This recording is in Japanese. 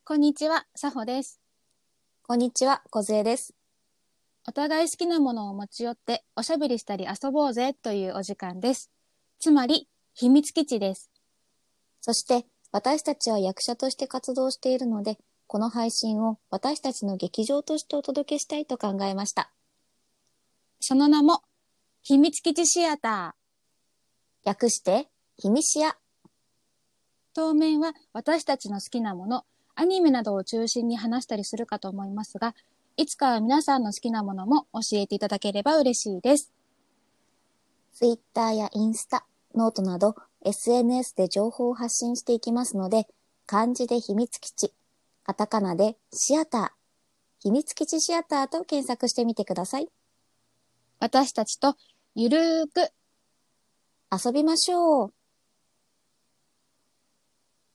こんにちは、さほです。 こんにちは、こずえです。 お互い好きなものを持ち寄っておしゃべりしたり遊ぼうぜというお時間です。つまり、秘密基地です。 そして、私たちは役者として活動しているので、この配信を私たちの劇場としてお届けしたいと考えました。 その名も、秘密基地シアタ略して、ひみしや。 当面は私たちの好きなもの、アニメなどを中心に話したりするかと思いますが、いつかは皆さんの好きなものも教えていただければ嬉しいです。 Twitter やインスタ、ノートなど SNS で情報を発信していきますので、漢字で秘密基地、カタカナでシアター、秘密基地シアターと検索してみてください。 私たちとゆるーく遊びましょう。